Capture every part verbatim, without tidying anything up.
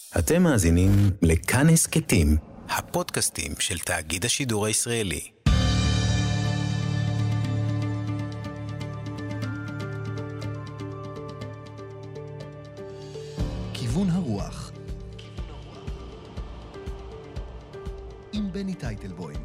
אתם מאזינים לכאן הסקטים, הפודקאסטים של תאגיד השידור הישראלי. כיוון הרוח עם בני טייטלבוים.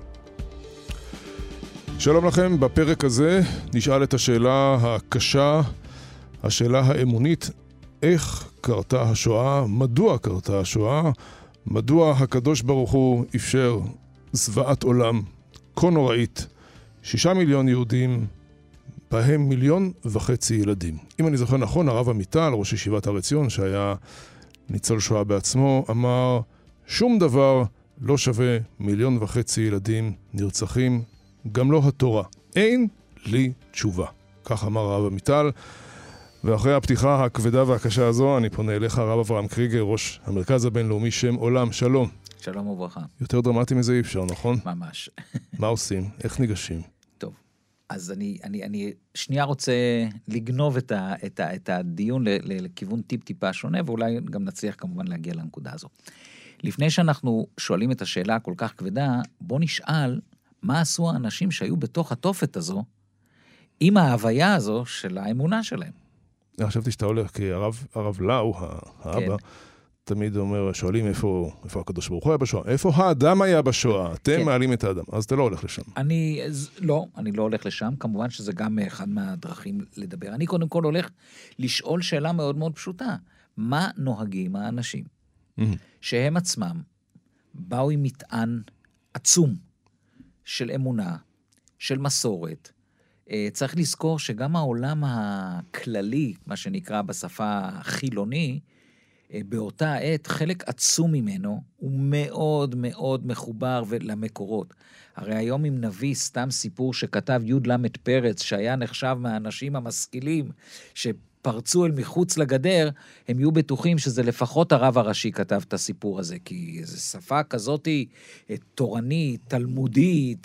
שלום לכם, בפרק הזה נשאל את השאלה הקשה, השאלה האמונית, איך קרתה השואה, מדוע קרתה השואה, מדוע הקדוש ברוך הוא אפשר זוועת עולם כה נוראית, שישה מיליון יהודים, בהם מיליון וחצי ילדים. אם אני זוכר נכון, הרב עמיטל, ראש ישיבת הר עציון, שהיה ניצול שואה בעצמו, אמר, שום דבר לא שווה מיליון וחצי ילדים נרצחים, גם לא התורה. אין לי תשובה. כך אמר הרב עמיטל. ואחרי הפתיחה הכבדה והקשה הזו, אני פונה אליך, הרב אברהם קריגר, ראש המרכז הבינלאומי שם עולם. שלום. שלום וברכה. יותר דרמטי מזה אי אפשר, נכון? ממש. מה עושים? איך ניגשים? טוב, אז אני, אני, אני שנייה רוצה לגנוב את, ה, את, ה, את הדיון ל, ל, לכיוון טיפ-טיפה שונה, ואולי גם נצליח כמובן להגיע לנקודה הזו. לפני שאנחנו שואלים את השאלה הכל כך כבדה, בוא נשאל מה עשו האנשים שהיו בתוך התופת הזו, עם ההוויה הזו של האמונה שלהם. אני חשבתי שאתה הולך, כי הרב, הרב לאו, האבא, כן. תמיד אומר, שואלים איפה, איפה הקדוש ברוך הוא היה בשואה, איפה האדם היה בשואה, אתם כן. מעלים את האדם, אז אתה לא הולך לשם. אני, לא, אני לא הולך לשם, כמובן שזה גם אחד מהדרכים לדבר. אני קודם כל הולך לשאול שאלה מאוד מאוד פשוטה, מה נוהגים האנשים, mm-hmm. שהם עצמם באו עם מטען עצום של אמונה, של מסורת, צריך לזכור שגם העולם הכללי, מה שנקרא בשפה החילוני, באותה עת, חלק עצום ממנו, הוא מאוד מאוד מחובר למקורות. הרי היום אם נביא סתם סיפור שכתב י' למד פרץ, שהיה נחשב מהאנשים המשכילים, שפרצו אל מחוץ לגדר, הם יהיו בטוחים שזה לפחות הרב הראשי כתב את הסיפור הזה, כי זו שפה כזאת תורנית, תלמודית.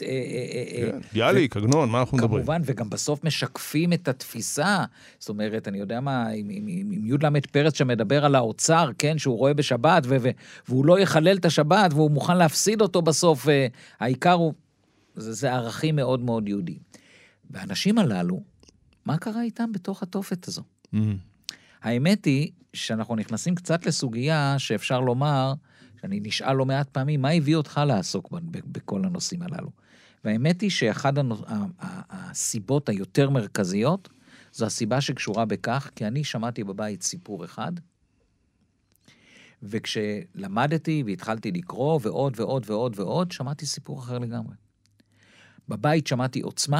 יאליק, עגנון, מה אנחנו מדברים? כמובן, וגם בסוף משקפים את התפיסה. זאת אומרת, אני יודע מה, עם י' למד פרץ שמדבר על האוצר, כן, שהוא רואה בשבת, והוא לא יחלל את השבת, והוא מוכן להפסיד אותו בסוף, העיקר הוא, זה ערכים מאוד מאוד יהודיים. והאנשים הללו, מה קרה איתם בתוך התופת הזו? Mm-hmm. האמת היא שאנחנו נכנסים קצת לסוגיה שאפשר לומר, שאני נשאל לא מעט פעמים, מה הביא אותך לעסוק בכל הנושאים הללו? והאמת היא שאחד הסיבות היותר מרכזיות, זו הסיבה שקשורה בכך, כי אני שמעתי בבית סיפור אחד, וכשלמדתי והתחלתי לקרוא ועוד ועוד ועוד ועוד, שמעתי סיפור אחר לגמרי. בבית שמעתי עוצמה,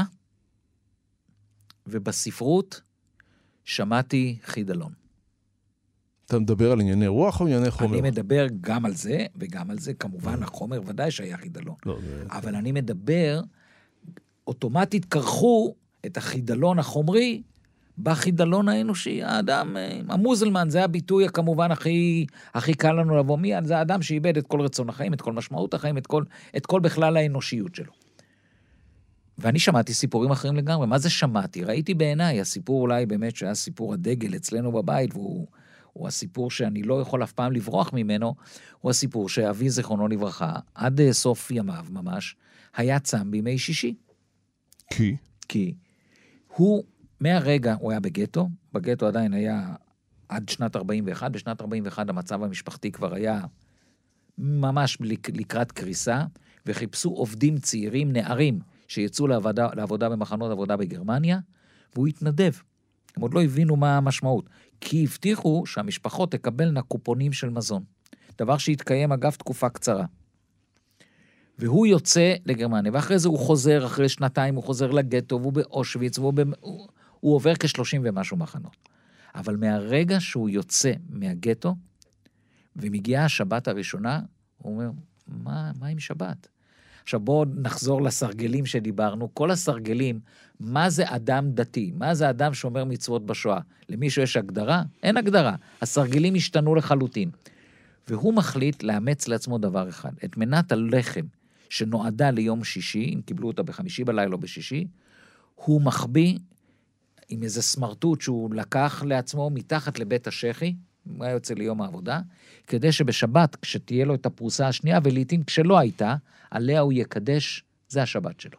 ובספרות שמעתי חידלון. אתה מדבר על ענייני רוח או ענייני חומר? אני מדבר גם על זה, וגם על זה, כמובן, החומר ודאי שהיה חידלון. אבל אני מדבר, אוטומטית קרחו את החידלון החומרי, בחידלון האנושי. האדם, המוזלמן, זה הביטוי כמובן הכי, הכי קל לנו לבוא מיד, זה האדם שאיבד את כל רצון החיים, את כל משמעות החיים, את כל, את כל בכלל האנושיות שלו. ואני שמעתי סיפורים אחרים לגמרי. מה זה שמעתי? ראיתי בעיניי, הסיפור אולי באמת שהיה סיפור הדגל אצלנו בבית, והוא הוא הסיפור שאני לא יכול אף פעם לברוח ממנו, הוא הסיפור שאבי זיכרונו לברכה, עד סוף ימיו ממש, היה צם בימי שישי. כי? כי הוא, מהרגע, הוא היה בגטו, בגטו עדיין היה עד שנת ארבעים ואחת, בשנת ארבעים ואחת המצב המשפחתי כבר היה ממש לקראת קריסה, וחיפשו עובדים צעירים, נערים, שיצאו לעבודה, לעבודה במחנות עבודה בגרמניה, והוא התנדב. הם עוד לא הבינו מה המשמעות, כי הבטיחו שהמשפחות תקבלנה קופונים של מזון. דבר שהתקיים אגב תקופה קצרה. והוא יוצא לגרמניה, ואחרי זה הוא חוזר, אחרי שנתיים הוא חוזר לגטו, והוא באושוויץ, והוא ב... הוא, הוא עובר כשלושים ומשהו מחנות. אבל מהרגע שהוא יוצא מהגטו, ומגיעה השבת הראשונה, הוא אומר, מה, מה עם שבת? עכשיו בואו נחזור לסרגלים שדיברנו, כל הסרגלים, מה זה אדם דתי? מה זה אדם שומר מצוות בשואה? למישהו יש הגדרה? אין הגדרה. הסרגלים השתנו לחלוטין. והוא מחליט לאמץ לעצמו דבר אחד, את מנת הלחם שנועדה ליום שישי, אם קיבלו אותה בחמישי בלילה או בשישי, הוא מחביא עם איזה סמרטוט שהוא לקח לעצמו מתחת לבית השכי, הוא היה יוצא ליום העבודה, כדי שבשבת, כשתהיה לו את הפרוסה השנייה, ולעיתים כשלא הייתה, עליה הוא יקדש, זה השבת שלו.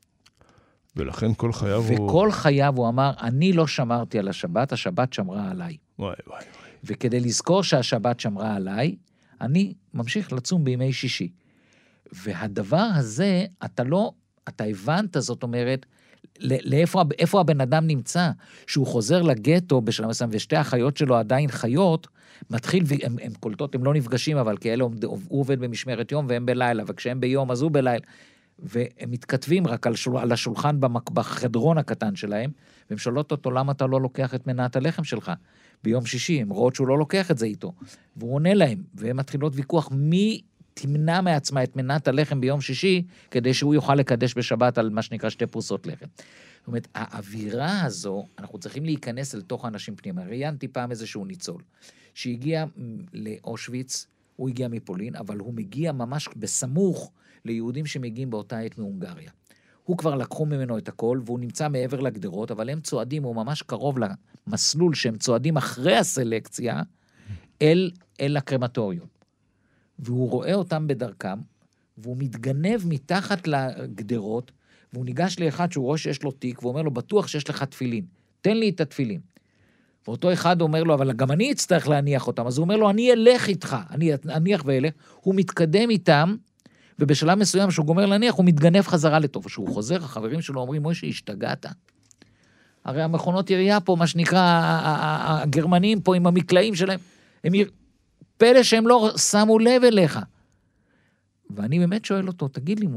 ולכן כל חייו הוא... וכל חייו הוא אמר, אני לא שמרתי על השבת, השבת שמרה עליי. וואי, וואי, וואי. וכדי לזכור שהשבת שמרה עליי, אני ממשיך לצום בימי שישי. והדבר הזה, אתה לא, אתה הבנת, זאת אומרת, לאיפה, איפה הבן אדם נמצא, שהוא חוזר לגטו בשלב מסוים, ושתי החיות שלו עדיין חיות, מתחיל, והם הם קולטות, הם לא נפגשים, אבל כאלה, הוא עובד במשמרת יום, והם בלילה, וכשהם ביום, אז הוא בלילה, והם מתכתבים רק על, שול, על השולחן במק, בחדרון הקטן שלהם, והם שואלות אותו, למה אתה לא לוקח את מנת הלחם שלך? ביום שישי, הם רואות שהוא לא לוקח את זה איתו, והוא עונה להם, והם מתחילות ויכוח, מי תמנע מעצמה את מנת הלחם ביום שישי, כדי שהוא יוכל לקדש בשבת על מה שנקרא שתי פרוסות לחם. זאת אומרת, האווירה הזו, אנחנו צריכים להיכנס אל תוך האנשים פנימה. ראיינתי פעם איזשהו ניצול, שהגיע לאושוויץ, הוא הגיע מפולין, אבל הוא מגיע ממש בסמוך ליהודים שמגיעים באותה עת מהונגריה. הוא כבר לקחו ממנו את הכל, והוא נמצא מעבר לגדרות, אבל הם צועדים, הוא ממש קרוב למסלול שהם צועדים אחרי הסלקציה, אל, אל הקרמטוריום. והוא רואה אותם בדרכם, והוא מתגנב מתחת לגדרות, והוא ניגש לאחד שהוא רואה שיש לו תיק, והוא אומר לו, בטוח שיש לך תפילין, תן לי את התפילין. ואותו אחד אומר לו, אבל גם אני אצטרך להניח אותם, אז הוא אומר לו, אני אלך איתך, אני אניח ואלך, הוא מתקדם איתם, ובשלב מסוים שהוא גומר להניח, הוא מתגנב חזרה לטוב. כשהוא חוזר, החברים שלו אומרים, מוישה, השתגעת. הרי המכונות ירייה פה, מה שנקרא, הגרמנים פה עם המקלעים שלהם, הם פלא שהם לא שמו לב אליך. ואני באמת שואל אותו, תגיד לי,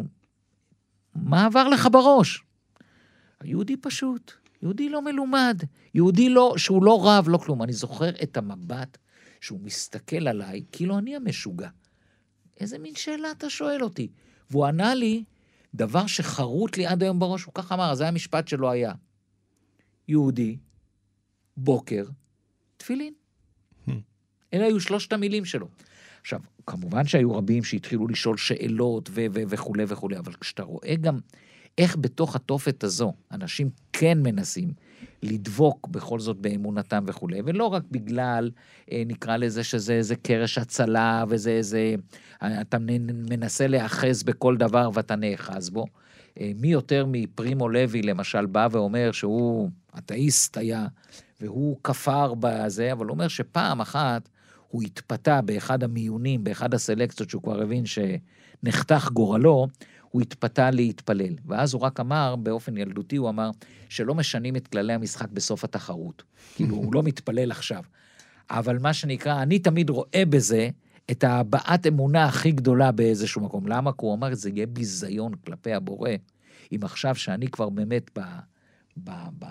מה עבר לך בראש? היהודי פשוט, יהודי לא מלומד, יהודי לא, שהוא לא רב, לא כלום. אני זוכר את המבט שהוא מסתכל עליי, כאילו אני המשוגע. איזה מין שאלה אתה שואל אותי? והוא ענה לי, דבר שחרוט לי עד היום בראש, הוא כך אמר, זה היה המשפט שלו היה, יהודי, בוקר, תפילין. אלה היו שלושת המילים שלו. עכשיו, כמובן שהיו רבים שהתחילו לשאול שאלות ו- ו- וכו' וכו', אבל כשאתה רואה גם איך בתוך התופת הזו, אנשים כן מנסים לדבוק בכל זאת באמונתם וכו', ולא רק בגלל, נקרא לזה שזה איזה קרש הצלה, וזה איזה, אתה מנסה להאחז בכל דבר ואתה נאחז בו. מי יותר מפרימו לוי, למשל, בא ואומר שהוא אתאיסט היה, והוא כפר בזה, אבל הוא אומר שפעם אחת, הוא התפתה באחד המיונים, באחד הסלקציות שהוא כבר הבין שנחתך גורלו, הוא התפתה להתפלל. ואז הוא רק אמר, באופן ילדותי, הוא אמר, שלא משנים את כללי המשחק בסוף התחרות. כאילו, הוא לא מתפלל עכשיו. אבל מה שנקרא, אני תמיד רואה בזה את הבעת אמונה הכי גדולה באיזשהו מקום. למה? כי הוא אמר, זה יהיה ביזיון כלפי הבורא, אם עכשיו שאני כבר באמת ב... ב, ב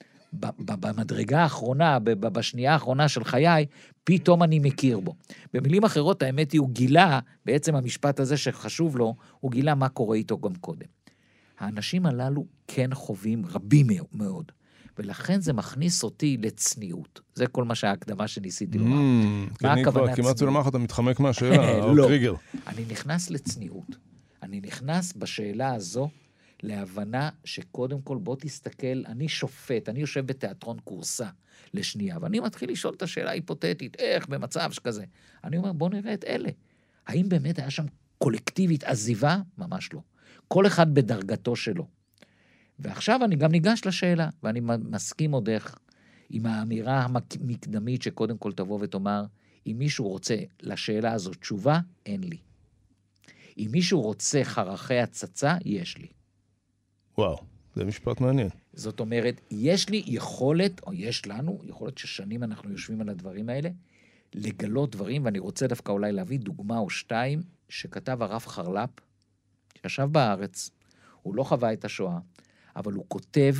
במדרגה האחרונה, בשנייה האחרונה של חיי, פתאום אני מכיר בו. במילים אחרות, האמת היא, הוא גילה, בעצם המשפט הזה שחשוב לו, הוא גילה מה קורה איתו גם קודם. האנשים הללו כן חווים רבים מאוד, ולכן זה מכניס אותי לצניעות. זה כל מה שההקדמה שניסיתי לומר. מה הכוונה צניעות? כמעט לומר, אתה מתחמק מהשאלה, לא. קריגר. אני נכנס לצניעות. אני נכנס בשאלה הזו, להבנה שקודם כל בוא תסתכל, אני שופט, אני יושב בתיאטרון קורסה לשנייה, ואני מתחיל לשאול את השאלה ההיפותטית, איך במצב שכזה? אני אומר, בוא נראה את אלה. האם באמת היה שם קולקטיבית עזיבה? ממש לא. כל אחד בדרגתו שלו. ועכשיו אני גם ניגש לשאלה, ואני מסכים עוד איך, עם האמירה המקדמית שקודם כל תבוא ותאמר, אם מישהו רוצה לשאלה הזאת תשובה, אין לי. אם מישהו רוצה חרכי הצצה, יש לי. וואו, זה משפט מעניין. זאת אומרת, יש לי יכולת, או יש לנו, יכולת ששנים אנחנו יושבים על הדברים האלה, לגלות דברים, ואני רוצה דווקא אולי להביא דוגמה או שתיים, שכתב הרב חרל"פ, שישב בארץ, הוא לא חווה את השואה, אבל הוא כותב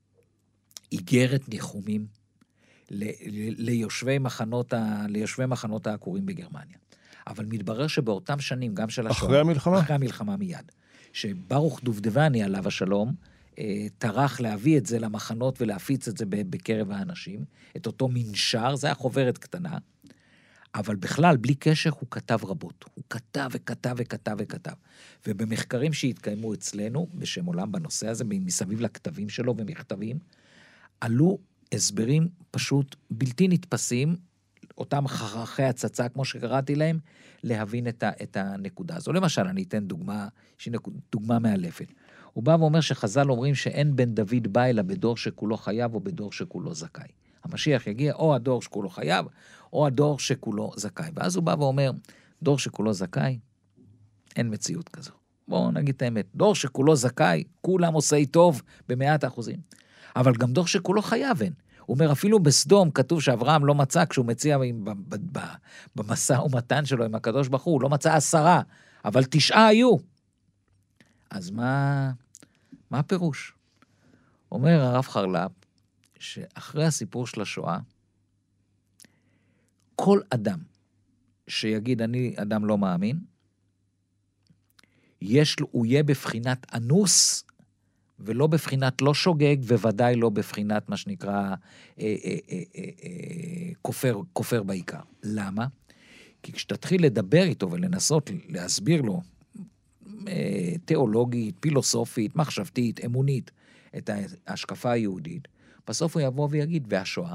איגרת ניחומים ליושבי מחנות, ליושבי מחנות העקורים בגרמניה. אבל מתברר שבאותם שנים, גם של השואה... אחרי המלחמה? אחרי המלחמה מיד. שברוך דובדבני עליו השלום, טרח להביא את זה למחנות ולהפיץ את זה בקרב האנשים, את אותו מנשר, זה היה חוברת קטנה, אבל בכלל, בלי קשר, הוא כתב רבות. הוא כתב וכתב וכתב וכתב. ובמחקרים שהתקיימו אצלנו, בשם עולם בנושא הזה, מסביב לכתבים שלו ומכתבים, עלו הסברים פשוט בלתי נתפסים, אותם חככי הצצה, כמו שקראתי להם, להבין את, ה, את הנקודה הזו. למשל, אני אתן דוגמה, שהיא דוגמה מאלפת. הוא בא ואומר שחז"ל אומרים שאין בן דוד בא אלא בדור שכולו חייב או בדור שכולו זכאי. המשיח יגיע או הדור שכולו חייב, או הדור שכולו זכאי. ואז הוא בא ואומר, דור שכולו זכאי, אין מציאות כזו. בואו נגיד את האמת, דור שכולו זכאי, כולם עושה טוב במאת האחוזים. אבל גם דור שכולו חייב אין. הוא אומר, אפילו בסדום כתוב שאברהם לא מצא, כשהוא מציע במשא ומתן שלו עם הקדוש ברוך הוא, הוא לא מצא עשרה, אבל תשעה היו. אז מה, מה הפירוש? אומר הרב חרל"פ, שאחרי הסיפור של השואה, כל אדם שיגיד, אני אדם לא מאמין, יש לו, הוא יהיה בבחינת אנוס, ולא בבחינת לא שוגג, וודאי לא בבחינת מה שנקרא אה, אה, אה, אה, אה, כופר, כופר בעיקר. למה? כי כשתתחיל לדבר איתו ולנסות להסביר לו, אה, תיאולוגית, פילוסופית, מחשבתית, אמונית, את ההשקפה היהודית, בסוף הוא יבוא ויגיד, והשואה?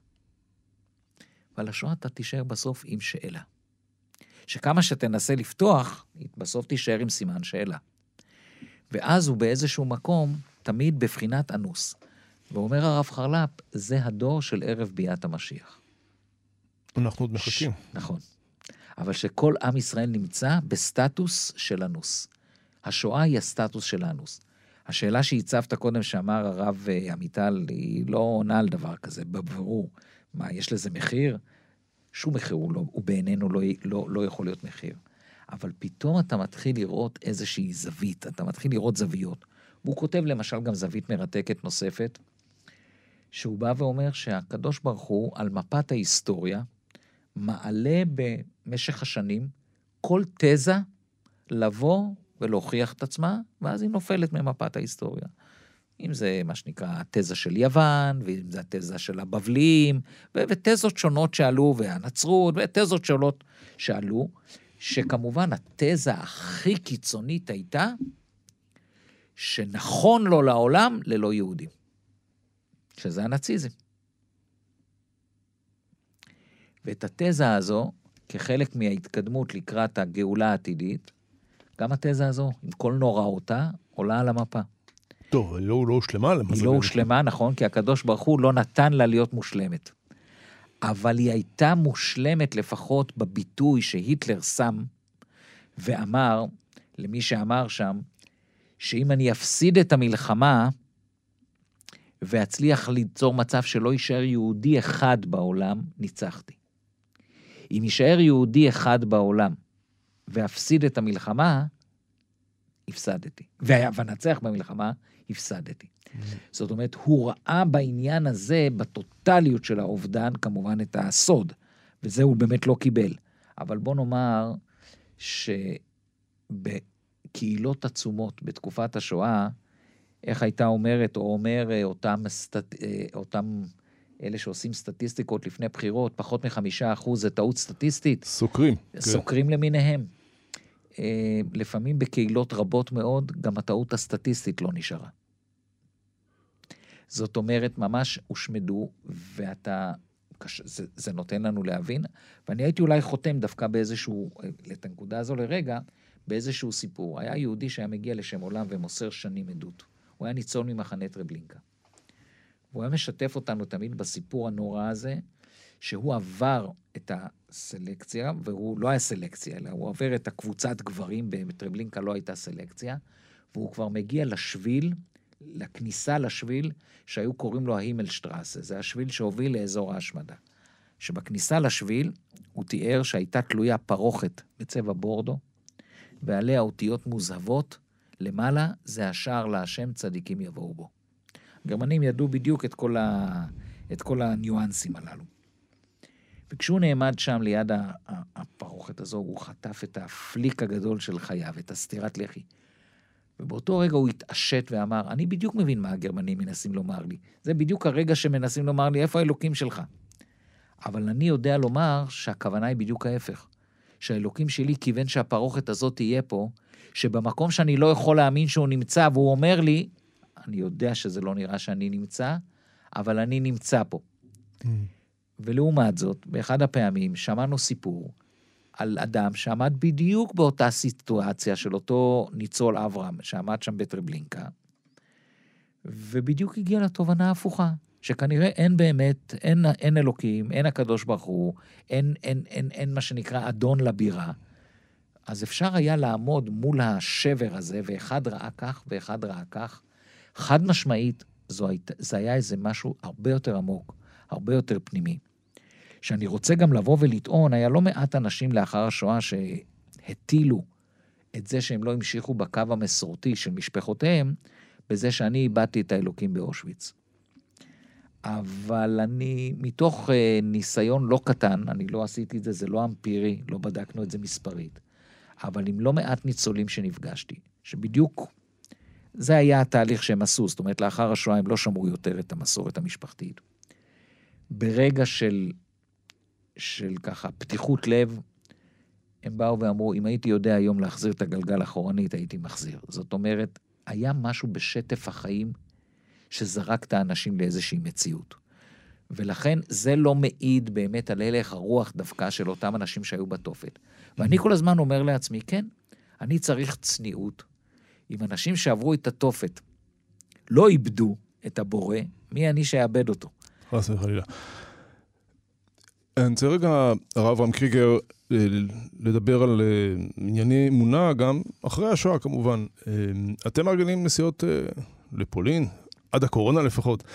ועל השואה אתה תישאר בסוף עם שאלה. שכמה שתנסה לפתוח, בסוף תישאר עם סימן שאלה. ואז הוא באיזשהו מקום, תמיד בבחינת אנוס. ואומר הרב חרל"פ, זה הדור של ערב ביאת המשיח. אנחנו עוד מחכים. ש... נכון. אבל שכל עם ישראל נמצא בסטטוס של אנוס. השואה היא הסטטוס של אנוס. השאלה שהצבת קודם שאמר הרב עמיטל, היא לא עונה על דבר כזה, בברור. מה, יש לזה מחיר? שום מחיר הוא, לא, הוא בעינינו לא, לא, לא יכול להיות מחיר. אבל פתאום אתה מתחיל לראות איזושהי זווית, אתה מתחיל לראות זוויות. והוא כותב למשל גם זווית מרתקת נוספת, שהוא בא ואומר שהקדוש ברוך הוא על מפת ההיסטוריה, מעלה במשך השנים כל תזה לבוא ולהוכיח את עצמה, ואז היא נופלת ממפת ההיסטוריה. אם זה מה שנקרא התזה של יוון, ואם זה התזה של הבבלים, ותזות שונות שעלו, והנצרות, ותזות שונות שעלו, שכמובן התזה הכי קיצונית הייתה, שנכון לו לעולם ללא יהודים. שזה הנאציזם. ואת התזה הזו, כחלק מההתקדמות לקראת הגאולה העתידית, גם התזה הזו, עם כל נוראותה, עולה על המפה. טוב, היא לא הושלמה. היא לא הושלמה, נכון, כי הקדוש ברוך הוא לא נתן לה להיות מושלמת. אבל היא הייתה מושלמת לפחות בביטוי שהיטלר שם, ואמר, למי שאמר שם, שאם אני אפסיד את המלחמה, ואצליח ליצור מצב שלא יישאר יהודי אחד בעולם, ניצחתי. אם יישאר יהודי אחד בעולם, ואפסיד את המלחמה, הפסדתי. ונצח במלחמה, הפסדתי. זאת אומרת, הוא ראה בעניין הזה, בטוטליות של האובדן, כמובן את הסוד, וזה הוא באמת לא קיבל. אבל בוא נאמר, שבקהילות עצומות, בתקופת השואה, איך הייתה אומרת, או אומר אותם, סטט... אותם אלה שעושים סטטיסטיקות לפני בחירות, פחות מחמישה אחוז זה טעות סטטיסטית. סוקרים. סוקרים כן. למיניהם. לפעמים בקהילות רבות מאוד, גם הטעות הסטטיסטית לא נשארה. זאת אומרת, ממש הושמדו, ואתה, זה, זה נותן לנו להבין, ואני הייתי אולי חותם דווקא באיזשהו, את הנקודה הזו לרגע, באיזשהו סיפור. היה יהודי שהיה מגיע לשם עולם ומוסר שנים עדות. הוא היה ניצול ממחנה טרבלינקה. והוא היה משתף אותנו תמיד בסיפור הנורא הזה, שהוא עבר את הסלקציה, והוא לא היה סלקציה, אלא הוא עבר את הקבוצת גברים, בטרבלינקה לא הייתה סלקציה, והוא כבר מגיע לשביל, לכניסה לשביל, שהיו קוראים לו ההימלשטרסה, זה השביל שהוביל לאזור ההשמדה. שבכניסה לשביל, הוא תיאר שהייתה תלויה פרוכת בצבע בורדו, ועליה אותיות מוזהבות, למעלה זה השער להשם צדיקים יבואו בו. הגרמנים ידעו בדיוק את כל, ה... את כל הניואנסים הללו. וכשהוא נעמד שם ליד הפרוכת הזו, הוא חטף את הפליק הגדול של חייו, את הסתירת לחי. ובאותו רגע הוא התעשת ואמר, אני בדיוק מבין מה הגרמנים מנסים לומר לי. זה בדיוק הרגע שמנסים לומר לי, איפה האלוקים שלך? אבל אני יודע לומר שהכוונה היא בדיוק ההפך. שהאלוקים שלי כיוון שהפרוכת הזאת תהיה פה, שבמקום שאני לא יכול להאמין שהוא נמצא, והוא אומר לי, אני יודע שזה לא נראה שאני נמצא, אבל אני נמצא פה. Mm. ולעומת זאת, באחד הפעמים שמענו סיפור על אדם שעמד בדיוק באותה סיטואציה של אותו ניצול אברהם, שעמד שם בטרבלינקה, ובדיוק הגיע לתובנה ההפוכה, שכנראה אין באמת, אין, אין אלוקים, אין הקדוש ברוך הוא, אין, אין, אין, אין מה שנקרא אדון לבירה, אז אפשר היה לעמוד מול השבר הזה, ואחד ראה כך ואחד ראה כך, חד משמעית, זו היית, זה היה איזה משהו הרבה יותר עמוק, הרבה יותר פנימי. שאני רוצה גם לבוא ולטעון, היה לא מעט אנשים לאחר השואה שהטילו את זה שהם לא המשיכו בקו המסורתי של משפחותיהם, בזה שאני איבדתי את האלוקים באושוויץ. אבל אני, מתוך אה, ניסיון לא קטן, אני לא עשיתי את זה, זה לא אמפירי, לא בדקנו את זה מספרית, אבל עם לא מעט ניצולים שנפגשתי, שבדיוק זה היה התהליך שהם עשו, זאת אומרת, לאחר השואה הם לא שמרו יותר את המסורת המשפחתית. ברגע של, של ככה, פתיחות לב, הם באו ואמרו, אם הייתי יודע היום להחזיר את הגלגל אחורנית, הייתי מחזיר. זאת אומרת, היה משהו בשטף החיים, שזרק את האנשים לאיזושהי מציאות. ולכן זה לא מעיד באמת על הלך הרוח דווקא של אותם אנשים שהיו בתופת. ואני כל הזמן אומר לעצמי, כן, אני צריך צניעות. אם אנשים שעברו את התופת לא איבדו את הבורא, מי אני שיאבד אותו? חס וחלילה. אני רוצה רגע, הרב אברהם קריגר, לדבר על ענייני אמונה, גם אחרי השואה כמובן. אתם מארגנים נסיעות לפולין, עד הקורונה לפחות.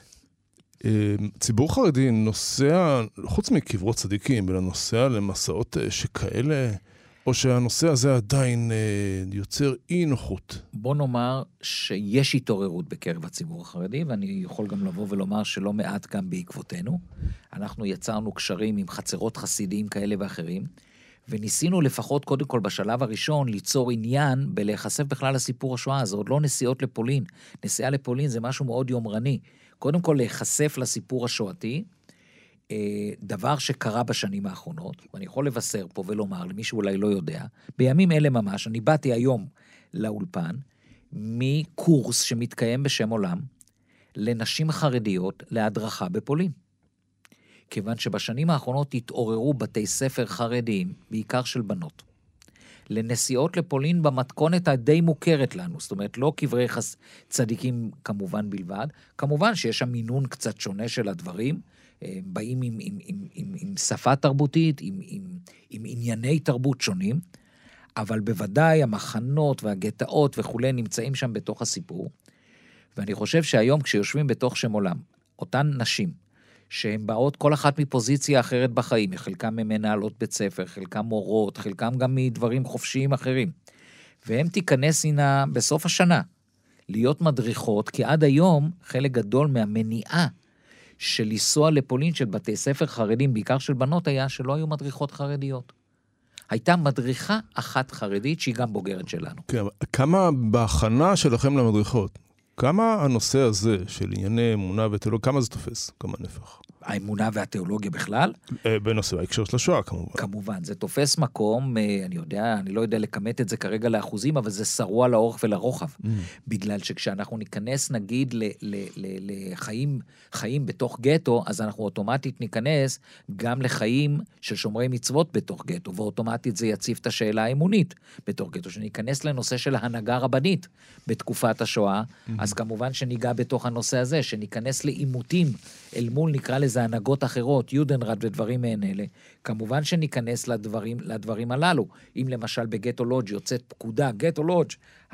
ציבור חרדי נוסע, חוץ מקברות צדיקים, אלא נוסע למסעות שכאלה, או שהנושא הזה עדיין יוצר אי נוחות? בוא נאמר שיש התעוררות בקרב הציבור החרדי, ואני יכול גם לבוא ולומר שלא מעט גם בעקבותינו. אנחנו יצרנו קשרים עם חצרות חסידיים כאלה ואחרים, וניסינו לפחות קודם כל בשלב הראשון ליצור עניין בלהיחשף בכלל לסיפור השואה. זה עוד לא נסיעות לפולין. נסיעה לפולין זה משהו מאוד יומרני. קודם כל להיחשף לסיפור השואתי, דבר שקרה בשנים האחרונות, ואני יכול לבשר פה ולומר למי שאולי לא יודע, בימים אלה ממש, אני באתי היום לאולפן, מקורס שמתקיים בשם עולם, לנשים חרדיות להדרכה בפולין. כיוון שבשנים האחרונות התעוררו בתי ספר חרדיים, בעיקר של בנות, לנסיעות לפולין במתכונת הדי מוכרת לנו, זאת אומרת, לא קברי חס... צדיקים כמובן בלבד, כמובן שיש שם מינון קצת שונה של הדברים, באים עם, עם, עם, עם, עם שפה תרבותית, עם, עם, עם ענייני תרבות שונים, אבל בוודאי המחנות והגטאות וכולי נמצאים שם בתוך הסיפור, ואני חושב שהיום כשיושבים בתוך שם עולם, אותן נשים, שהן באות כל אחת מפוזיציה אחרת בחיים, חלקם הם מנהלות בית ספר, חלקם מורות, חלקם גם מדברים חופשיים אחרים, והם תיכנס הנה בסוף השנה, להיות מדריכות, כי עד היום חלק גדול מהמניעה, של לנסוע לפולין של בתי ספר חרדים, בעיקר של בנות, היה שלא היו מדריכות חרדיות. הייתה מדריכה אחת חרדית, שהיא גם בוגרת שלנו. כן, כמה בהכנה שלכם למדריכות, כמה הנושא הזה של ענייני אמונה ותיאולוגיה, כמה זה תופס? כמה נפח? האמונה והתיאולוגיה בכלל? בנושא ההקשר של השואה, כמובן. כמובן, זה תופס מקום, אני יודע, אני לא יודע לכמת את זה כרגע לאחוזים, אבל זה שרוע לאורך ולרוחב. Mm. בגלל שכשאנחנו ניכנס, נגיד, לחיים, חיים בתוך גטו, אז אנחנו אוטומטית ניכנס גם לחיים של שומרי מצוות בתוך גטו, ואוטומטית זה יציף את השאלה האמונית בתוך גטו, שניכנס לנושא של ההנהגה רבנית בתקופת השואה, mm-hmm. אז כמובן שניגע בתוך הנושא הזה, שניכנס לעימותים אל מול, נקרא לזה, הנהגות אחרות, יודנרד ודברים מהן אלה, כמובן שניכנס לדברים, לדברים הללו. אם למשל בגטו לודג' יוצאת פקודה, גטו לודג'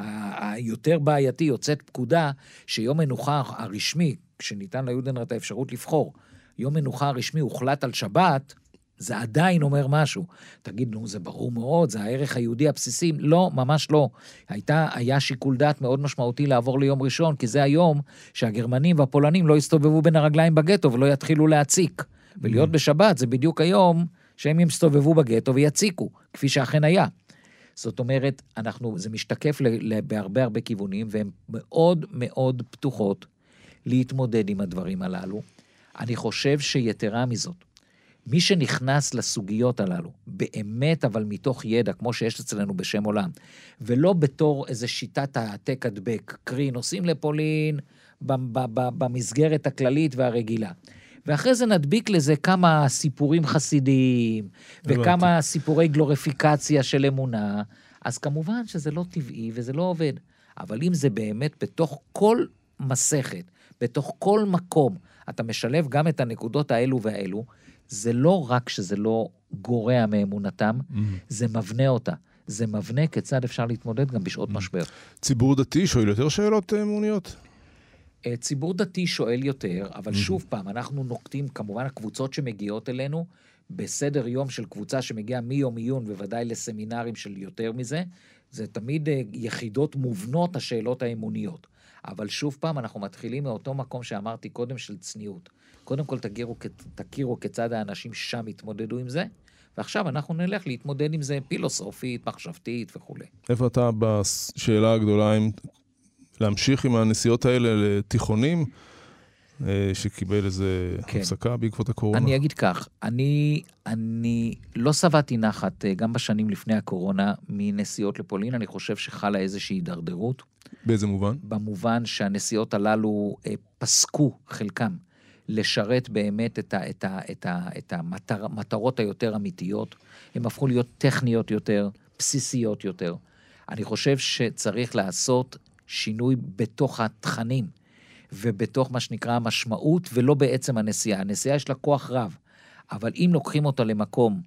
היותר בעייתי יוצאת פקודה, שיום מנוחה הרשמי, כשניתן ליודנרד את האפשרות לבחור, יום מנוחה הרשמי הוחלט על שבת, זה עדיין אומר משהו. תגיד, נו, זה ברור מאוד, זה הערך היהודי הבסיסי. לא, ממש לא. הייתה, היה שיקול דעת מאוד משמעותי לעבור ליום ראשון, כי זה היום שהגרמנים והפולנים לא יסתובבו בין הרגליים בגטו, ולא יתחילו להציק. ולהיות בשבת, זה בדיוק היום שהם יסתובבו בגטו ויציקו, כפי שאכן היה. זאת אומרת, אנחנו, זה משתקף בהרבה הרבה כיוונים, והן מאוד מאוד פתוחות להתמודד עם הדברים הללו. אני חושב שיתרה מזאת, מי שנכנס לסוגיות הללו, באמת אבל מתוך ידע, כמו שיש אצלנו בשם עולם, ולא בתור איזו שיטת העתק הדבק, קרי, נוסעים לפולין במסגרת הכללית והרגילה. ואחרי זה נדביק לזה כמה סיפורים חסידיים, וכמה סיפורי גלוריפיקציה של אמונה, אז כמובן שזה לא טבעי וזה לא עובד. אבל אם זה באמת בתוך כל מסכת, בתוך כל מקום, אתה משלב גם את הנקודות האלו והאלו, זה לא רק שזה לא גורע מאמונתם, mm-hmm. זה מבנה אותה. זה מבנה כיצד אפשר להתמודד גם בשעות mm-hmm. משבר. ציבור דתי שואל יותר שאלות אמוניות? ציבור דתי שואל יותר, אבל mm-hmm. שוב פעם, אנחנו נוקטים, כמובן הקבוצות שמגיעות אלינו, בסדר יום של קבוצה שמגיעה מיום עיון, בוודאי לסמינרים של יותר מזה, זה תמיד יחידות מובנות השאלות האמוניות. אבל שוב פעם, אנחנו מתחילים מאותו מקום שאמרתי קודם של צניעות. קודם כל תכירו, תכירו כיצד האנשים שם התמודדו עם זה, ועכשיו אנחנו נלך להתמודד עם זה פילוסופית, מחשבתית וכו'. איפה אתה בשאלה הגדולה, אם להמשיך עם הנסיעות האלה לתיכונים, שקיבל איזה כן. הפסקה בעקבות הקורונה? אני אגיד כך, אני, אני לא סבתי נחת, גם בשנים לפני הקורונה, מנסיעות לפולין, אני חושב שחלה איזושהי הידרדרות. באיזה מובן? במובן שהנסיעות הללו אה, פסקו חלקם, לשרת באמת את, ה, את, ה, את, ה, את המטר, המטרות היותר אמיתיות, הן הפכו להיות טכניות יותר, בסיסיות יותר. אני חושב שצריך לעשות שינוי בתוך התכנים, ובתוך מה שנקרא המשמעות, ולא בעצם הנסיעה. הנסיעה יש לה כוח רב, אבל אם לוקחים אותה למקום,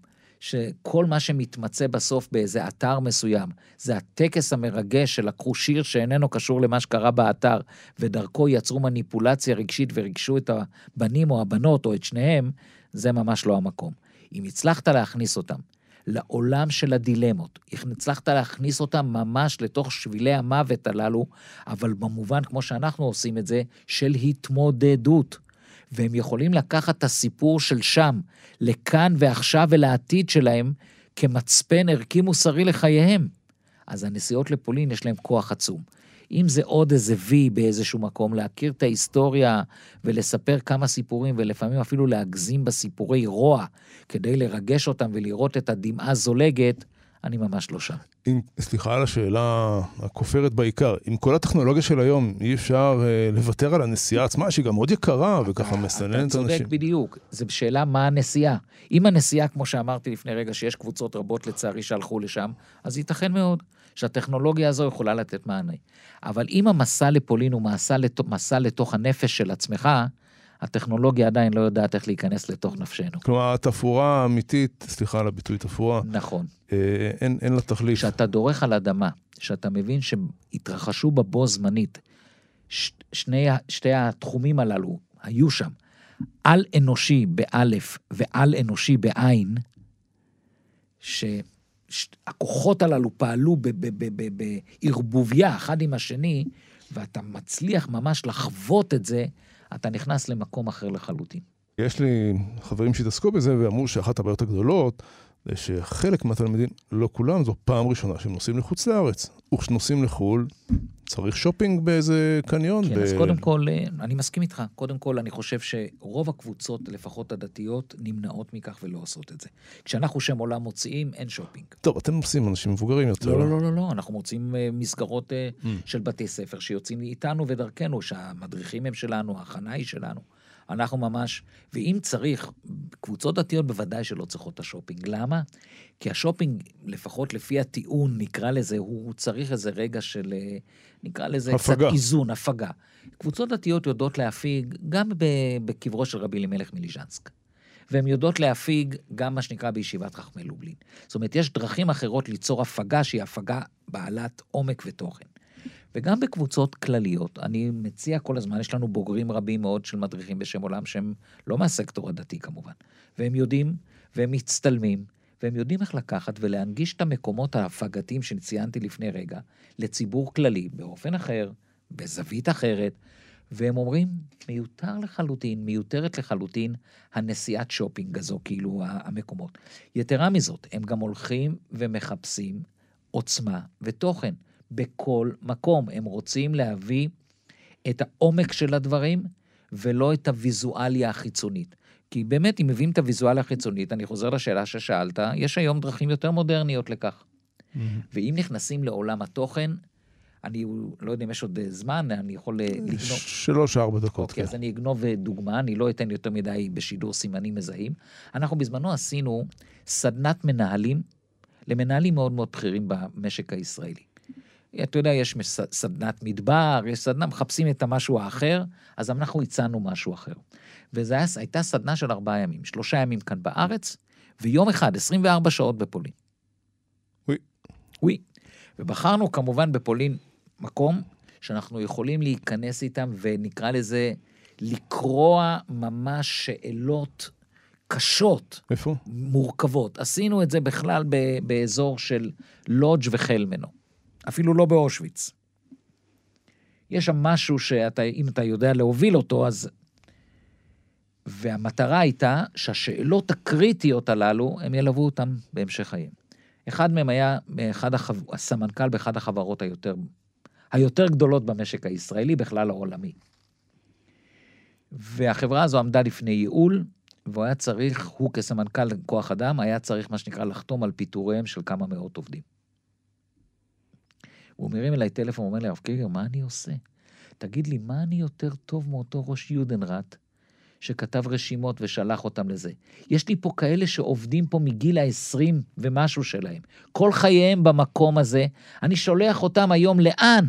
שכל מה שמתמצא בסוף באיזה אתר מסוים, זה הטקס המרגש של לקחו שיר שאיננו קשור למה שקרה באתר, ודרכו יצרו מניפולציה רגשית ורגשו את הבנים או הבנות או את שניהם, זה ממש לא המקום. אם הצלחת להכניס אותם לעולם של הדילמות, אם הצלחת להכניס אותם ממש לתוך שבילי המוות הללו, אבל במובן כמו שאנחנו עושים את זה, של התמודדות, והם יכולים לקחת את הסיפור של שם, לכאן ועכשיו ולעתיד שלהם, כמצפן ערכי מוסרי לחייהם. אז הנסיעות לפולין יש להם כוח עצום. אם זה עוד איזה וי באיזשהו מקום, להכיר את ההיסטוריה ולספר כמה סיפורים, ולפעמים אפילו להגזים בסיפורי רוע, כדי לרגש אותם ולראות את הדמעה זולגת, אני ממש לא שם. אם, סליחה על השאלה הכופרת בעיקר, עם כל הטכנולוגיה של היום, אי אפשר אה, לוותר על הנסיעה עצמה, שהיא גם מאוד יקרה, וככה מסננת אנשים. אתה צודק בדיוק, זו שאלה מה הנסיעה. אם הנסיעה, כמו שאמרתי לפני רגע, שיש קבוצות רבות לצערי שהלכו לשם, אז ייתכן מאוד שהטכנולוגיה הזו יכולה לתת מענה. אבל אם המסע לפולין הוא מסע, לת... מסע לתוך הנפש של עצמך, הטכנולוגיה עדיין לא יודעת איך להיכנס לתוך נפשנו. כלומר, התפאורה האמיתית, סליחה על הביטוי תפאורה, נכון. אה, אין, אין לה תחליף. כשאתה דורך על אדמה, שאתה מבין שהתרחשו בבו זמנית, ש, שני, שתי התחומים הללו היו שם, על אנושי באלף ועל אנושי בעין, שהכוחות הללו פעלו בערבוביה אחד עם השני, ואתה מצליח ממש לחוות את זה, אתה נכנס למקום אחר לחלוטין. יש לי חברים שהתעסקו בזה ואמרו שאחת הבעיות הגדולות זה שחלק מהתלמידים, לא כולם, זו פעם ראשונה שהם נוסעים לחוץ לארץ. וכשנוסעים לחול, צריך שופינג באיזה קניון. כן, ב... אז קודם כל, אני מסכים איתך. קודם כל, אני חושב שרוב הקבוצות, לפחות הדתיות, נמנעות מכך ולא עושות את זה. כשאנחנו שם עולם מוציאים, אין שופינג. טוב, אתם עושים אנשים מבוגרים יותר. לא, לא, לא, לא, לא. אנחנו מוצאים מסגרות mm. של בתי ספר שיוצאים איתנו ודרכנו, שהמדריכים הם שלנו, ההכנה היא שלנו. אנחנו ממש, ואם צריך, קבוצות דתיות בוודאי שלא צריכות את השופינג. למה? כי השופינג, לפחות לפי הטיעון, נקרא לזה, הוא צריך איזה רגע של, נקרא לזה הפגה. קצת איזון, הפגה. קבוצות דתיות יודעות להפיג גם בקברו של רבי אלימלך מליז'נסק. והן יודעות להפיג גם מה שנקרא בישיבת חכמי לובלין. זאת אומרת, יש דרכים אחרות ליצור הפגה שהיא הפגה בעלת עומק ותוכן. וגם בקבוצות כלליות, אני מציע כל הזמן, יש לנו בוגרים רבים מאוד של מדריכים בשם עולם, שהם לא מהסקטור הדתי כמובן, והם יודעים, והם מצטלמים, והם יודעים איך לקחת ולהנגיש את המקומות ההפגתיים שציינתי לפני רגע, לציבור כללי, באופן אחר, בזווית אחרת, והם אומרים, מיותר לחלוטין, מיותרת לחלוטין, הנסיעת שופינג הזו, כאילו המקומות. יתרה מזאת, הם גם הולכים ומחפשים עוצמה ותוכן. בכל מקום. הם רוצים להביא את העומק של הדברים, ולא את הוויזואליה החיצונית. כי באמת, אם מביאים את הוויזואליה החיצונית, אני חוזר לשאלה ששאלת, יש היום דרכים יותר מודרניות לכך. Mm-hmm. ואם נכנסים לעולם התוכן, אני לא יודע אם יש עוד זמן, אני יכול לגנוב... שלוש, ארבע דקות. אוקיי, אז אני אגנוב דוגמה, אני לא אתן יותר מדי בשידור סימנים מזהים. אנחנו בזמנו עשינו סדנת מנהלים, למנהלים מאוד מאוד בכירים במשק הישראלי. אתה יודע, יש סדנת מדבר, יש סדנה, מחפשים את המשהו האחר, אז אנחנו הצענו משהו אחר. וזו הייתה סדנה של ארבעה ימים, שלושה ימים כאן בארץ, ויום אחד, עשרים וארבע שעות בפולין. ווי. ווי. ובחרנו כמובן בפולין מקום שאנחנו יכולים להיכנס איתם, ונקרא לזה לקרוע ממש שאלות קשות. איפה? מורכבות. עשינו את זה בכלל ב- באזור של לודג' וחלמנו. אפילו לא באושוויץ. יש שם משהו שאתה, אם אתה יודע להוביל אותו, אז... והמטרה הייתה שהשאלות הקריטיות הללו, הם ילוו אותם בהמשך חיים. אחד מהם היה אחד החו... הסמנכ"ל באחד החברות היותר, היותר גדולות במשק הישראלי, בכלל העולמי. והחברה הזו עמדה לפני ייעול, והוא היה צריך, הוא כסמנכ"ל כוח אדם, היה צריך מה שנקרא לחתום על פיטוריהם של כמה מאות עובדים. הוא מרים אליי טלפון, הוא אומר לי, הרב קריגר, מה אני עושה? תגיד לי, מה אני יותר טוב מאותו ראש יודנרט, שכתב רשימות ושלח אותם לזה? יש לי פה כאלה שעובדים פה מגיל ה-עשרים ומשהו שלהם. כל חייהם במקום הזה, אני שולח אותם היום לאן?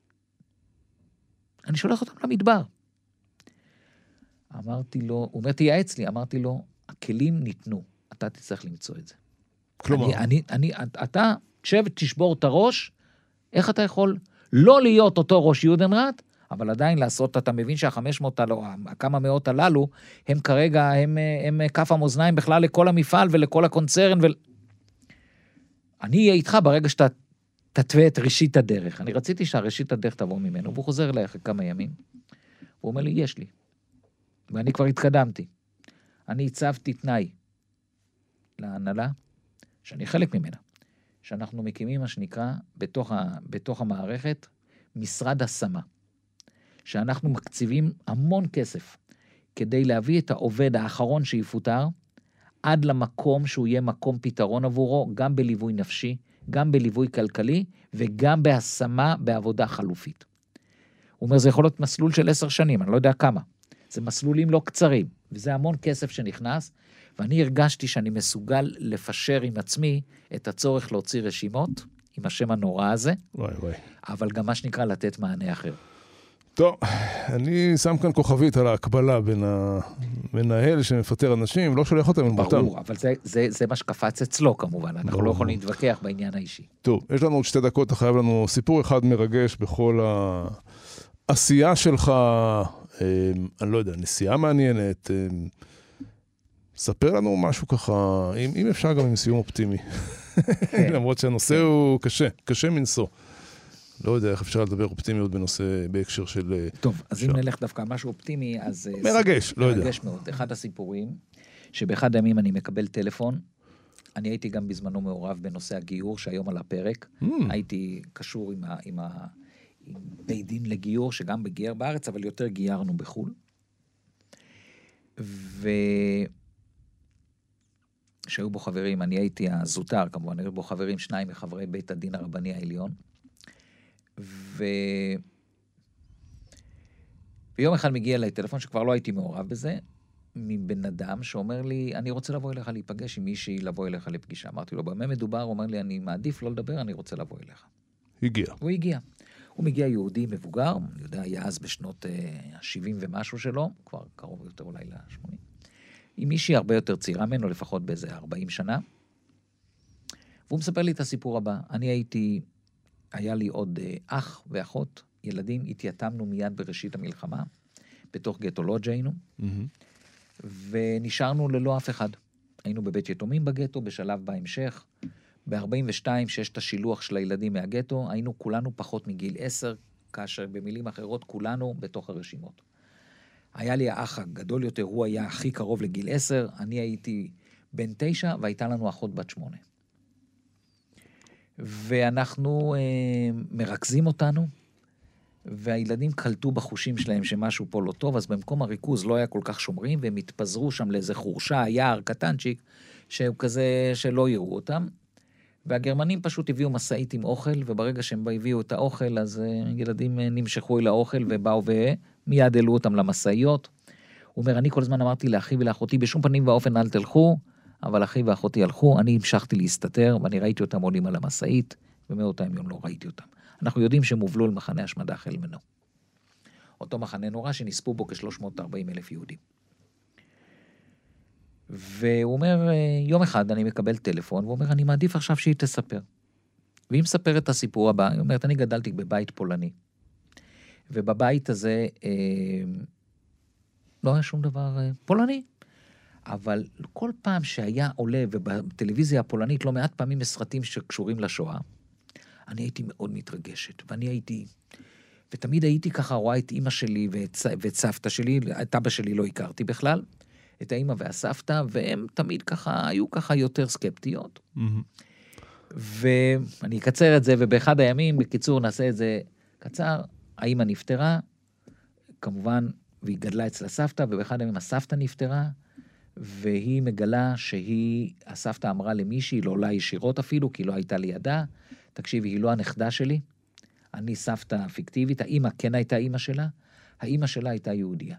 אני שולח אותם למדבר. אמרתי לו, הוא אומר, תייעץ לי, אמרתי לו, הכלים ניתנו, אתה תצטרך למצוא את זה. כלומר? אני, אני, אני, אתה, כשב תשבור את הראש, איך אתה יכול לא להיות אותו ראש יודנרט, אבל עדיין לעשות, אתה מבין שהחמש מאות, הכמה מאות הללו, הם כרגע, הם, הם כף המאזניים בכלל לכל המפעל ולכל הקונצרן, ו... אני אהיה איתך ברגע שאתה תתווה את ראשית הדרך. אני רציתי שהראשית הדרך תבוא ממנו, והוא חוזר אליי אחרי כמה ימים. הוא אומר לי, יש לי. ואני כבר התקדמתי. אני הצבתי תנאי להנהלה, שאני חלק ממנה, שאנחנו מקימים מה שנקרא, בתוך, ה, בתוך המערכת, משרד השמה. שאנחנו מקציבים המון כסף, כדי להביא את העובד האחרון שיפוטר, עד למקום שהוא יהיה מקום פתרון עבורו, גם בליווי נפשי, גם בליווי כלכלי, וגם בהשמה בעבודה חלופית. הוא אומר, זה יכול להיות מסלול של עשר שנים, אני לא יודע כמה. זה מסלולים לא קצרים, וזה המון כסף שנכנס, ואני הרגשתי שאני מסוגל לפשר עם עצמי את הצורך להוציא רשימות, עם השם הנורא הזה, וואי וואי. אבל גם מה שנקרא לתת מענה אחר. טוב, אני שם כאן כוכבית על ההקבלה בין המנהל שמפטר אנשים, לא שולח אותם למותם. ברור, אבל זה, זה, זה מה שקפץ אצלו כמובן, אנחנו לא יכולים להתווכח בעניין האישי. טוב, יש לנו עוד שתי דקות, אתה חייב לנו סיפור אחד מרגש בכל העשייה שלך, אני לא יודע, נסיעה מעניינת, ספר לנו משהו ככה, אם, אם אפשר גם עם סיום אופטימי, למרות שהנושא הוא קשה, קשה מנסו. לא יודע איך אפשר לדבר אופטימיות בנושא, בהקשר של... טוב, אז אם נלך דווקא על משהו אופטימי, אז... מרגש, לא יודע. מרגש מאוד. אחד הסיפורים, שבאחד הימים אני מקבל טלפון, אני הייתי גם בזמנו מעורב בנושא הגיור, שהיום על הפרק, הייתי קשור עם ה... עם ה... עם בית דין לגיור, שגם בגייר בארץ, אבל יותר גיירנו בחול. ו... שהיו בו חברים, אני הייתי הזוטר, כמובן, היו בו חברים שניים מחברי בית הדין הרבני העליון, ו... ויום אחד מגיע אליי טלפון שכבר לא הייתי מעורב בזה, מבן אדם שאומר לי, אני רוצה לבוא אליך להיפגש עם מישהי, לבוא אליך לפגישה. אמרתי לו, במה מדובר? הוא אומר לי, אני מעדיף לא לדבר, אני רוצה לבוא אליך. הגיע. הוא הגיע. הוא מגיע יהודי מבוגר, אני יודע, היה אז בשנות ה-שבעים ומשהו שלו, כבר קרוב יותר אולי ל-שמונים. עם מישהי הרבה יותר צעירה ממנו, לפחות באיזה ארבעים שנה. והוא מספר לי את הסיפור הבא. אני הייתי... היה לי עוד אח ואחות, ילדים, התייתמנו מיד בראשית המלחמה, בתוך גטו לודג' היינו, mm-hmm. ונשארנו ללא אף אחד. היינו בבית יתומים בגטו, בשלב בהמשך, ב-ארבעים ושתיים, שיש את השילוח של הילדים מהגטו, היינו כולנו פחות מגיל עשר, כאשר במילים אחרות כולנו בתוך הרשימות. היה לי האח הגדול יותר, הוא היה הכי קרוב לגיל עשר, אני הייתי בן תשע, והייתה לנו אחות בת שמונה. ואנחנו אה, מרכזים אותנו, והילדים קלטו בחושים שלהם שמשהו פה לא טוב, אז במקום הריכוז לא היה כל כך שומרים, והם התפזרו שם לאיזה חורשה, יער, קטנצ'יק, שהוא כזה שלא יראו אותם, והגרמנים פשוט הביאו מסעית עם אוכל, וברגע שהם הביאו את האוכל, אז ילדים נמשכו אל האוכל ובאו ומיד העלו אותם למסעיות. הוא אומר, אני כל הזמן אמרתי לאחי ולאחותי, בשום פנים ואופן אל תלכו, אבל אחי ואחותי הלכו, אני המשכתי להסתתר, ואני ראיתי אותם עולים על המסעית, ומאותם יום לא ראיתי אותם. אנחנו יודעים שהם הובלו למחנה השמדה חלמנו. אותו מחנה נורא שנספו בו כ-שלוש מאות וארבעים אלף יהודים. והוא אומר, יום אחד אני מקבל טלפון, והוא אומר, אני מעדיף עכשיו שהיא תספר. והיא מספר את הסיפור הבא, היא אומרת, אני גדלתי בבית פולני, ובבית הזה אה, לא היה שום דבר אה, פולני, אבל כל פעם שהיה עולה, ובטלוויזיה הפולנית לא מעט פעמים בסרטים שקשורים לשואה, אני הייתי מאוד מתרגשת, ואני הייתי, ותמיד הייתי ככה רואה את אמא שלי ואת, ואת סבתא שלי, את אבא שלי לא הכרתי בכלל, את האמא והסבתא, והם תמיד ככה, היו ככה יותר סקפטיות. Mm-hmm. ואני אקצר את זה, ובאחד הימים, בקיצור נעשה את זה קצר, האמא נפטרה, כמובן, והיא גדלה אצל הסבתא, ובאחד הימים הסבתא נפטרה, והיא מגלה שהיא, הסבתא אמרה למישהי, לא עולה ישירות אפילו, כי לא הייתה לידה, תקשיבי, היא לא הנכדה שלי, אני סבתא פיקטיבית, האמא כן הייתה אמא שלה, האמא שלה הייתה יהודיה.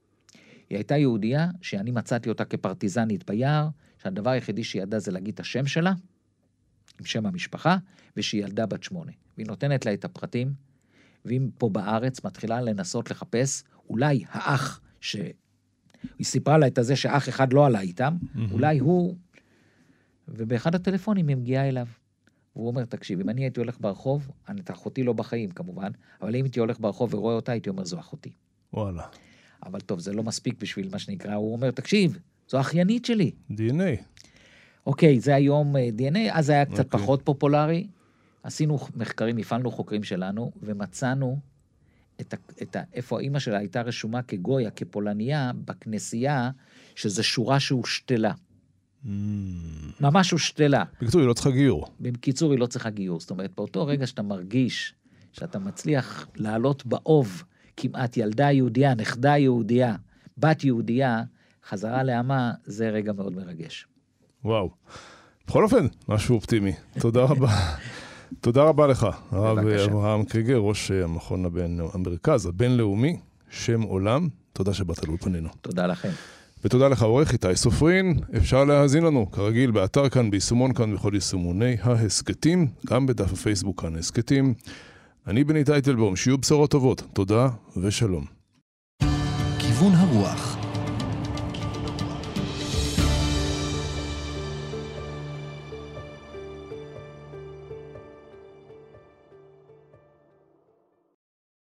היא הייתה יהודיה שאני מצאתי אותה כפרטיזנית ביער, שהדבר היחידי שהיא ידעה זה להגיד את השם שלה, עם שם המשפחה, ושהיא ילדה בת שמונה. והיא נותנת לה את הפרטים, והיא פה בארץ מתחילה לנסות לחפש, אולי האח, שהיא סיפרה לה את הזה שאח אחד לא עלה איתם, mm-hmm. אולי הוא, ובאחד הטלפונים היא מגיעה אליו. והוא אומר, תקשיב, אם אני הייתי הולך ברחוב, אני את אחותי לא בחיים כמובן, אבל אם הייתי הולך ברחוב ורואה אותה, הייתי אומר, זו אחותי. וואלה. אבל טוב, זה לא מספיק בשביל מה שנקרא, הוא אומר, תקשיב, זו אחיינית שלי. די אן איי. אוקיי, זה היום די אן איי, אז זה היה קצת אוקיי. פחות פופולרי, עשינו מחקרים, הפעלנו חוקרים שלנו, ומצאנו את ה, את ה, איפה האמא שלה הייתה רשומה כגויה, כפולניה, בכנסייה, שזה שורה שהושתלה. Mm. ממש הושתלה. בקיצור, היא לא צריכה גיור. בקיצור, היא לא צריכה גיור. זאת אומרת, באותו רגע שאתה מרגיש, שאתה מצליח לעלות באוב, כמעט ילדה יהודיה, נכדה יהודיה, בת יהודיה, חזרה לעמה, זה רגע מאוד מרגש. וואו. בכל אופן, משהו אופטימי. תודה רבה. תודה רבה לך, הרב אברהם קריגר, ראש המכון הבין, המרכז הבינלאומי, שם עולם. תודה שבאת לאולפנינו. תודה לכם. ותודה לך עורך איתי סופרין. אפשר להאזין לנו, כרגיל, באתר כאן, ביישומון כאן, בכל יישומוני ההסקטים, גם בדף הפייסבוק כאן ההסקטים. אני בני טייטלבום, שיהיו בשורות טובות. תודה ושלום. כיוון הרוח